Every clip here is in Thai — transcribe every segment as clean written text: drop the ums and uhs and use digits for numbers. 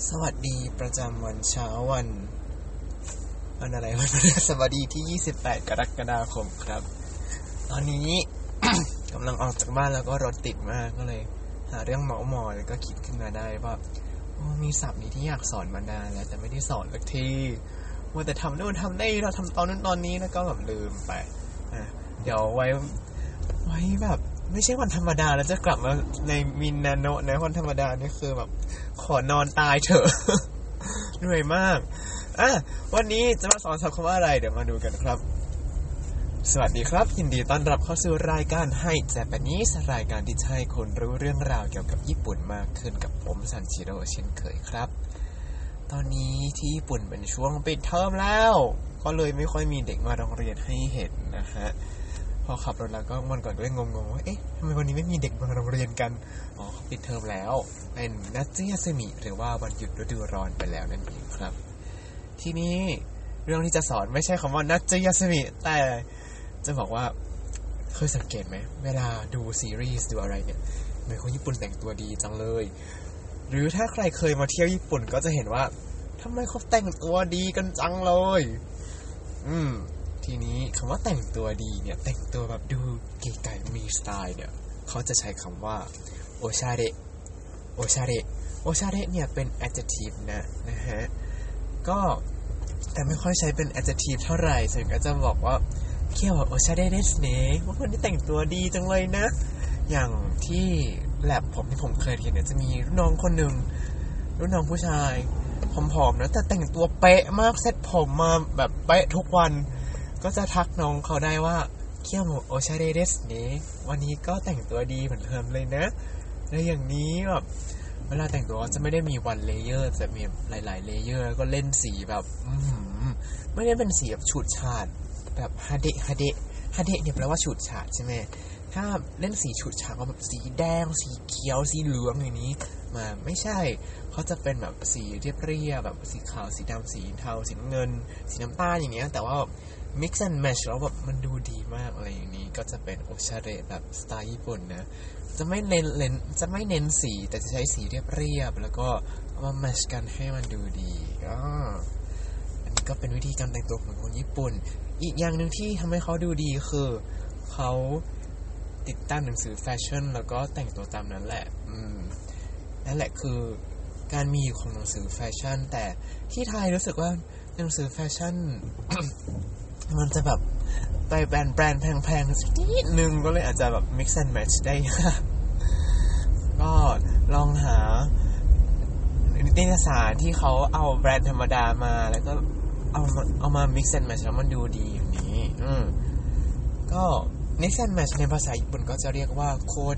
สวัสดีประจำวันเช้าวันอะไรวันพฤหัสบดีที่28กรกฎาคมครับตอนนี้ กำลังออกจากบ้านแล้วก็รถติดมากก็เลยหาเรื่องเมาท์มอยแล้วก็คิดขึ้นมาได้ว่ามีศัพท์นี้ที่อยากสอนมานานแล้วแต่ไม่ได้สอนสักทีว่าแต่ทำโน่นทำนี่เราทำตอนนั้นตอนนี้แล้วก็แบบลืมไปเดี๋ยวไว้แบบไม่ใช่วันธรรมดาแล้วจะกลับมาในมินนาโนะนะวันธรรมดานี่คือแบบขอนอนตายเถอะ เหนื่อยมากวันนี้จะมาสอนศัพท์คำว่าอะไรเดี๋ยวมาดูกันครับสวัสดีครับยินดีต้อนรับเข้าสู่รายการให้เจแปนิสรายการที่จะให้คนรู้เรื่องราวเกี่ยวกับญี่ปุ่นมากขึ้นกับผมซันจิโร่เช่นเคยครับตอนนี้ที่ญี่ปุ่นเป็นช่วงปิดเทอมแล้วก็เลยไม่ค่อยมีเด็กมาโรงเรียนให้เห็นนะฮะพอขับรถแล้วก็วันก่อนก็เลยงงๆว่าทำไมวันนี้ไม่มีเด็กมาโรงเรียนกันเขาปิดเทอมแล้วเป็นนัตสึยาสึมิหรือว่าวันหยุดฤดูร้อนไปแล้วนั่นเองครับทีนี้เรื่องที่จะสอนไม่ใช่คำว่านัตสึยาสึมิแต่จะบอกว่าเคยสังเกตไหมเวลาดูซีรีส์ดูอะไรเนี่ยเหมือนคนญี่ปุ่นแต่งตัวดีจังเลยหรือถ้าใครเคยมาเที่ยวญี่ปุ่นก็จะเห็นว่าทำไมเขาแต่งตัวดีกันจังเลยทีนี้คำว่าแต่งตัวดีเนี่ยแต่งตัวแบบดูเก๋ไก๋มีสไตล์เนี่ยเขาจะใช้คำว่าโอชาเระโอชาเระโอชาเระเนี่ยเป็น adjective นะฮะก็แต่ไม่ค่อยใช้เป็น adjective เท่าไหร่ส่วนก็จะบอกว่าเคียวโอชาเระเดสเนะว่าคนที่แต่งตัวดีจังเลยนะอย่างที่แลบผมที่ผมเคยเรียนเนี่ยจะมีรุ่นน้องคนหนึ่งรุ่นน้องผู้ชายผอมๆนะแต่แต่งตัวเป๊ะมากเซ็ตผมมาแบบเป๊ะทุกวันก็จะทักน้องเขาได้ว่าเคียวโอชาเระเดสเนะวันนี้ก็แต่งตัวดีเหมือนเดิมเลยนะและอย่างนี้แบบเวลาแต่งตัวจะไม่ได้มีวันเลเยอร์จะมีหลายๆเลเยอร์แล้วก็เล่นสีแบบไม่ได้เป็นสีแบบฉูดฉาดแบบฮาเดะเนี่ยแปลว่าฉูดฉาดใช่ไหมถ้าเล่นสีฉูดฉาดก็แบบสีแดงสีเขียวสีเหลืองอย่างนี้มาไม่ใช่เขาจะเป็นแบบสีเรียบๆแบบสีขาวสีดำสีเทาสีน้ำเงินสีน้ำตาลอย่างเงี้ยแต่ว่า mix and match แล้วแบบมันดูดีมากอะไรอย่างนี้ก็จะเป็นโอชาเระแบบสไตล์ญี่ปุ่นนะจะไม่เน้นสีแต่จะใช้สีเรียบๆแล้วก็เอามาแมชกันให้มันดูดีอันนี้ก็เป็นวิธีการแต่งตัวของคนญี่ปุ่นอีกอย่างหนึ่งที่ทำให้เขาดูดีคือเขาติดตั้งหนังสือแฟชั่นแล้วก็แต่งตัวตามนั้นแหละนั่นแหละคือการมีของหนังสือแฟชั่นแต่ที่ไทยรู้สึกว่าหนังสือแฟชั่น มันจะแบบไปแบรนด์แพงๆสักนิดนึงก็เลยอาจจะแบบ mix and match ได้ ก็ลองหานิตยสารที่เขาเอาแบรนด์ธรรมดามาแล้วก็เอามา mix and match แล้วมันดูดีอย่างนี้ก็ mix and match ในภาษาญี่ปุ่นก็จะเรียกว่า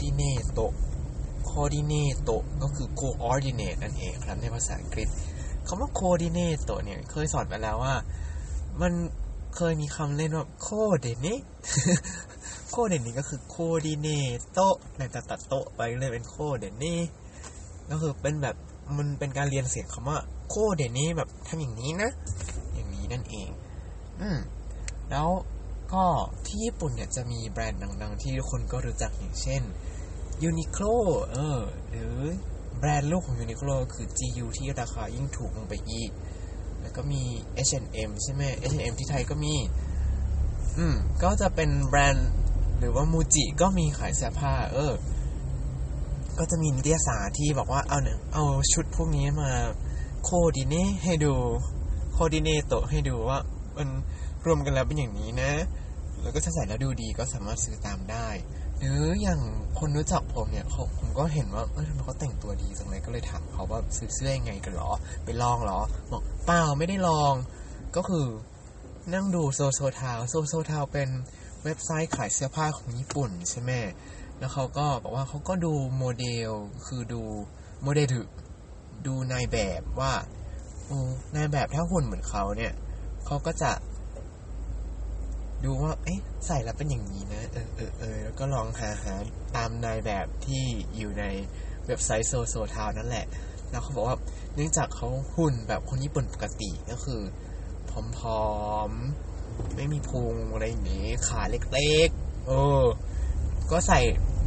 coordinate ก็คือ coordinate นั่นเองครับในภาษาอังกฤษคำว่า coordinate เนี่ยเคยสอนไปแล้วว่ามันเคยมีคำเล่นว่าโคเดเนะโคเดเนะก็คือโคดิเนโตในตัดโตไปเลยเป็นโคเดเนะก็คือเป็นแบบมันเป็นการเรียนเสียงคำว่าโคเดเนะแบบทำอย่างนี้นะอย่างนี้นั่นเองแล้วก็ที่ญี่ปุ่นเนี่ยจะมีแบรนด์ดังๆที่ทุกคนก็รู้จักอย่างเช่น Uniqlo หรือแบรนด์ลูกของ Uniqlo คือ GU ที่ราคายิ่งถูกลงไปอีกแล้วก็มี H&M ใช่ไหม H&M ที่ไทยก็มีก็จะเป็นแบรนด์หรือว่ามูจิก็มีขายเสื้อผ้าก็จะมีนิตยสารที่บอกว่าเอาชุดพวกนี้มาโคดิเนตให้ดูโคดิเนโตให้ดูว่ามันรวมกันแล้วเป็นอย่างนี้นะแล้วก็ถ้าใส่แล้วดูดีก็สามารถซื้อตามได้หรืออย่างคนรู้จักผมเนี่ยผมก็เห็นว่าทำไมเขาแต่งตัวดีจังเลยก็เลยถามเขาว่าซื้อเสื้อยังไงกันหรอไปลองหรอบอกเปล่าไม่ได้ลองก็คือนั่งดูโซทาวเป็นเว็บไซต์ขายเสื้อผ้าของญี่ปุ่นใช่ไหมแล้วเขาก็บอกว่าเขาก็ดูโมเดลคือดูโมเดลดูนายแบบว่านายแบบถ้าหุ่นเหมือนเขาเนี่ยเขาก็จะดูว่าใส่แล้วเป็นอย่างนี้นะแล้วก็ลองหาตามนายแบบที่อยู่ในเว็บไซต์โซทาวนั่นแหละแล้วเขาบอกว่าเนื่องจากเขาหุ่นแบบคนญี่ปุ่นปกติก็คือผอมๆไม่มีพุงอะไรอย่างนี้ขาเล็กๆก็ใส่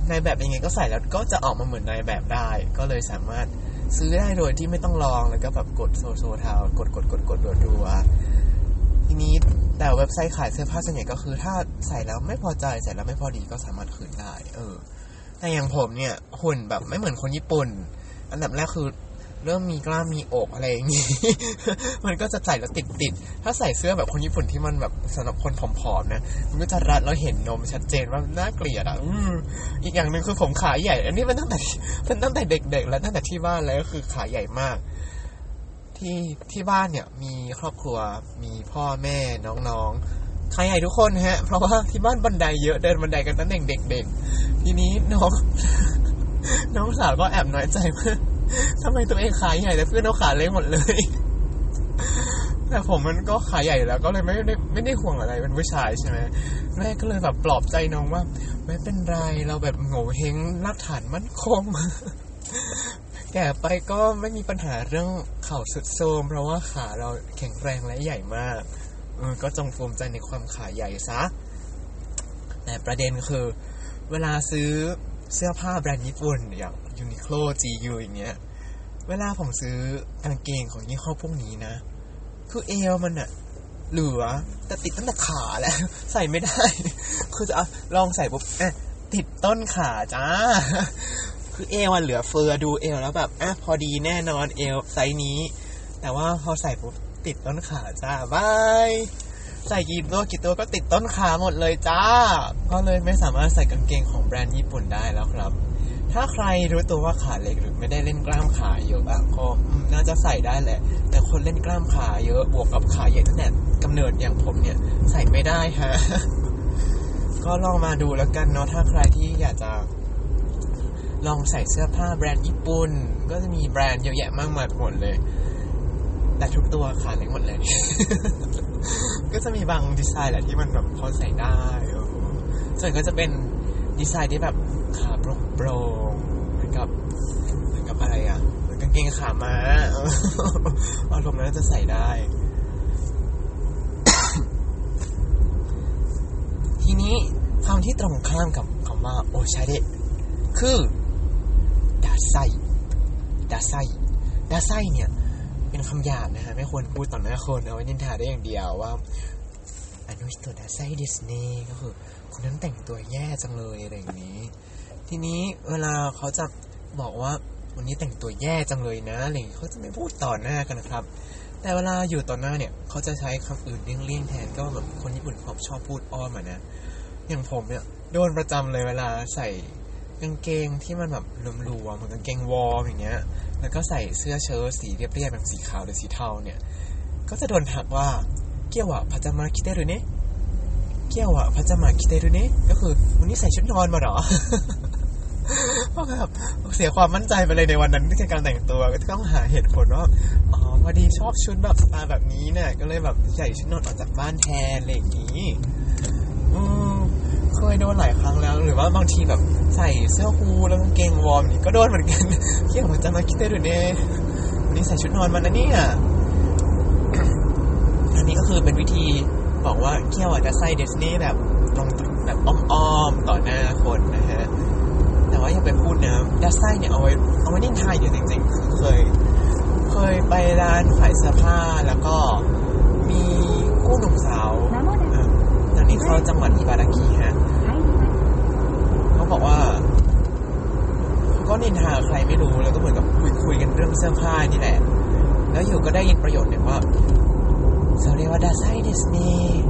นายแบบยังไงก็ใส่แล้วก็จะออกมาเหมือนนายแบบได้ก็เลยสามารถซื้อได้โดยที่ไม่ต้องลองแล้วก็แบบกดโซเท้ากดดูทีนี้แต่เว็บไซต์ขายเสื้อผ้าส่วนใหญ่ก็คือถ้าใส่แล้วไม่พอใจใส่แล้วไม่พอดีก็สามารถคืนได้แต่อย่างผมเนี่ยหุ่นแบบไม่เหมือนคนญี่ปุ่นอันดับแรกคือเริ่มมีกล้ามมีอกอะไรอย่างงี้ มันก็จะใส่แล้วติดถ้าใส่เสื้อแบบคนญี่ปุ่นที่มันแบบสำหรับคนผอมๆนะมันก็จะรัดแล้วเห็นนมชัดเจนว่าน่าเกลียดอีกอย่างนึงคือผมขาใหญ่อันนี้มันตั้งแต่เด็กๆแล้วตั้งแต่ที่บ้านเลยก็คือขาใหญ่มากที่บ้านเนี่ยมีครอบครัวมีพ่อแม่น้องๆขาใหญ่ทุกคนฮะเพราะว่าที่บ้านบันไดเยอะเดินบันไดกันตั้งแต่เด็กๆทีนี้น้องสาวก็แอบน้อยใจว่าทำไมตัวเองขาใหญ่แต่เพื่อนเขาขาเล็กหมดเลยแต่ผมมันก็ขาใหญ่แล้วก็เลยไม่ได้ห่วงอะไรเป็นผู้ชายใช่ไหมแม่ก็เลยแบบปลอบใจน้องว่าไม่เป็นไรเราแบบโง่เฮงรากฐานมั่นคงแก่ไปก็ไม่มีปัญหาเรื่องเข่าสุดโทรมเพราะว่าขาเราแข็งแรงและใหญ่มากก็จงภูมิใจในความขาใหญ่ซะแต่ประเด็นคือเวลาซื้อเสื้อผ้าแบรนด์ญี่ปุ่นอย่าง Uniqlo GU อย่างเงี้ยเวลาผมซื้อกางเกงของยี่ห้อพวกนี้นะคือเอวมันอะเหลือแต่ติดตั้งแต่ขาแล้วใส่ไม่ได้คือจะลองใส่ปุ๊บติดต้นขาจ้าคือเอวมันเหลือเฟือดูเอวแล้วแบบพอดีแน่นอนเอวไซส์นี้แต่ว่าพอใส่ปุ๊บติดต้นขาจ้าบายใส่กี่ตัวก็ติดต้นขาหมดเลยจ้าก็เลยไม่สามารถใส่กางเกงของแบรนด์ญี่ปุ่นได้แล้วครับถ้าใครรู้ตัวว่าขาเล็กหรือไม่ได้เล่นกล้ามขาเยอะก็น่าจะใส่ได้แหละแต่คนเล่นกล้ามขาเยอะบวกกับขาใหญ่ตั้งแต่กำเนิดอย่างผมเนี่ยใส่ไม่ได้ฮะ ก็ลองมาดูแล้วกันเนาะถ้าใครที่อยากจะลองใส่เสื้อผ้าแบรนด์ญี่ปุ่นก็จะมีแบรนด์เยอะแยะมากมายหมดเลยแต่ทุกตัวขาเล็กหมดเลย ก็จะมีบางดีไซน์แหละที่มันแบบพอใส่ได้ส่วนก็จะเป็นดีไซน์ที่แบบขาโปร่งเหมือนกับอะไรเหมือนกางเกงขาม้าอารมณ์นั้นจะใส่ได้ ทีนี้คำที่ตรงข้ามกับคำว่าโอชาเดะคือดาไซเนี่ยเป็นคำหยาบนะฮะไม่ควรพูดต่อหน้าคนเอาไว้นินทาได้อย่างเดียวว่าอนุชิโตดาไซเดสเน่ก็คือคนนั้นแต่งตัวแย่จังเลยอะไรอย่างนี้ทีนี้เวลาเขาจะบอกว่าวันนี้แต่งตัวแย่จังเลยนะอะไรอย่างนี้เขาจะไม่พูดต่อหน้ากันนะครับแต่เวลาอยู่ต่อหน้าเนี่ยเขาจะใช้คำอื่นเลี่ยงแทนก็แบบคนญี่ปุ่นเขาชอบพูดอ้อมนะอย่างผมเนี่ยโดนประจำเลยเวลาใส่กางเกงที่มันแบบหลวมๆเหมือนกางเกงวอร์มอย่างเงี้ยแล้วก็ใส่เสื้อเชิ้ตสีเรียบๆแบบสีขาวหรือสีเทาเนี่ยก็จะโดนทักว่าเกี่ยวะพาจามาคิเตรุเนะเกี่ยวะพาจามาคิเตรุเนะก็คือวันนี้ใส่ชุดนอนมาเหรอ ก็แบบเสียความมั่นใจไปเลยในวันนั้นที่การแต่งตัวก็ต้องหาเหตุผลว่าพอดีชอบชุดแบบสไตล์แบบนี้เนี่ยก็เลยแบบใส่ชุดนอนออกจากบ้านแทนอะไรอย่างนี้เคยโดนหลายครั้งแล้วหรือว่าบางทีแบบใส่เสื้อฮูแล้วกางเกงวอร์มนี่ก็โดนเหมือนกันเกี่ยวกับจะมาคิดได้หรือเนี่ยวันนี้ใส่ชุดนอนมานะเนี่ยอันนี้ก็คือเป็นวิธีบอกว่าเกี่ยวกับจะใส่เดสเน่แบบตรงแบบอ้อมๆต่อหน้าคนนะฮะแต่ว่าอย่าไปพูดนะดัสไซเนี่ยเอาไว้นินทาอยู่จริงๆเคยไปร้านขายเสื้อผ้าแล้วก็มีกู้หนุ่มสาวตอนนี้เขาจังหวัดอิบารากิฮะเขาบอกว่าเขาก็นินทาใครไม่รู้แล้วก็เหมือนกับคุยกันเรื่องเสื้อผ้านี่แหละแล้วอยู่ก็ได้ยินประโยชน์เนี่ยว่าそれはダサいですね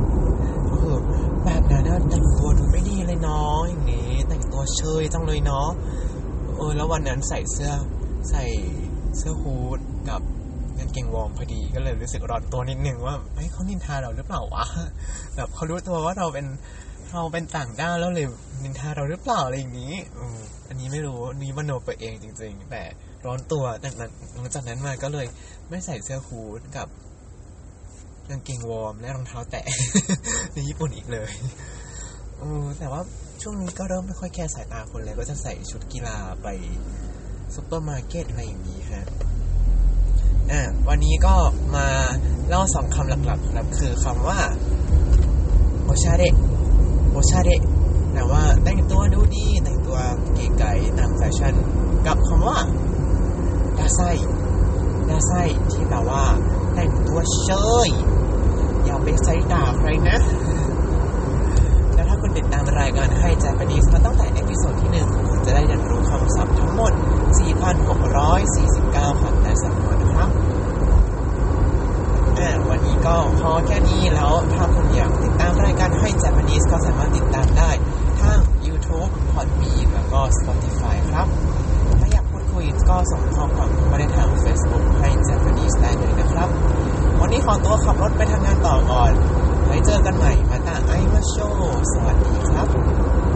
แบบนั้นแต่งตัวดูไม่ดีเลยเนาะอย่างนี้แต่งตัวเชยจังเลยเนาะแล้ววันนั้นใส่เสื้อฮู้ดกับกางเกงวอร์มพอดีก็เลยรู้สึกร้อนตัวนิดนึงว่าเขานินทาเราหรือเปล่าวะแบบเขารู้ตัวว่าเราเป็นต่างด้าวแล้วเลยนินทาเราหรือเปล่าอะไรอย่างนี้อันนี้ไม่รู้นี่มโนไปเองจริงๆแต่ร้อนตัวหลังจากนั้นมาก็เลยไม่ใส่เสื้อฮู้ดกับกางเกงวอร์มและรองเท้าแตะ ในญี่ปุ่นอีกเลยแต่ว่าช่วงนี้ก็เริ่มไม่ค่อยแคร์สายตาคนเลยก็จะใส่ชุดกีฬาไปซุปเปอร์มาร์เก็ตอะไรอย่างนี้ฮะวันนี้ก็มาเล่า2คำหลักๆครับคือคำว่าโอชาเดะแต่ว่าแต่งตัวดูดีแต่งตัวเก๋ไก๋ตามแฟชั่นกับคำว่าดาไซที่แปลว่าแต่งตัวเชยอย่าไปใส่ด่าใครนะแล้วถ้าคุณติดตามรายการให้Japaneseมาตั้งแต่เอพิโซดที่1คุณจะได้เรียนรู้คำศัพท์ทั้งหมด 4,649 คำและสำนวนนะครับวันนี้ก็พอแค่นี้แล้วถ้าคุณอยากติดตามรายการให้ Japanese ก็สามารถติดตามได้ทาง YouTube Podbean แล้วก็ Spotify ครับถ้าอยากพูดคุยก็ส่งข้อความมาได้ทาง Facebook ให้ Japanese ได้เลยนะครับวันนี้ขอตัวขับรถไปทำงานต่อก่อนไว้เจอกันใหม่มาตาไอมาโชสวัสดีครับ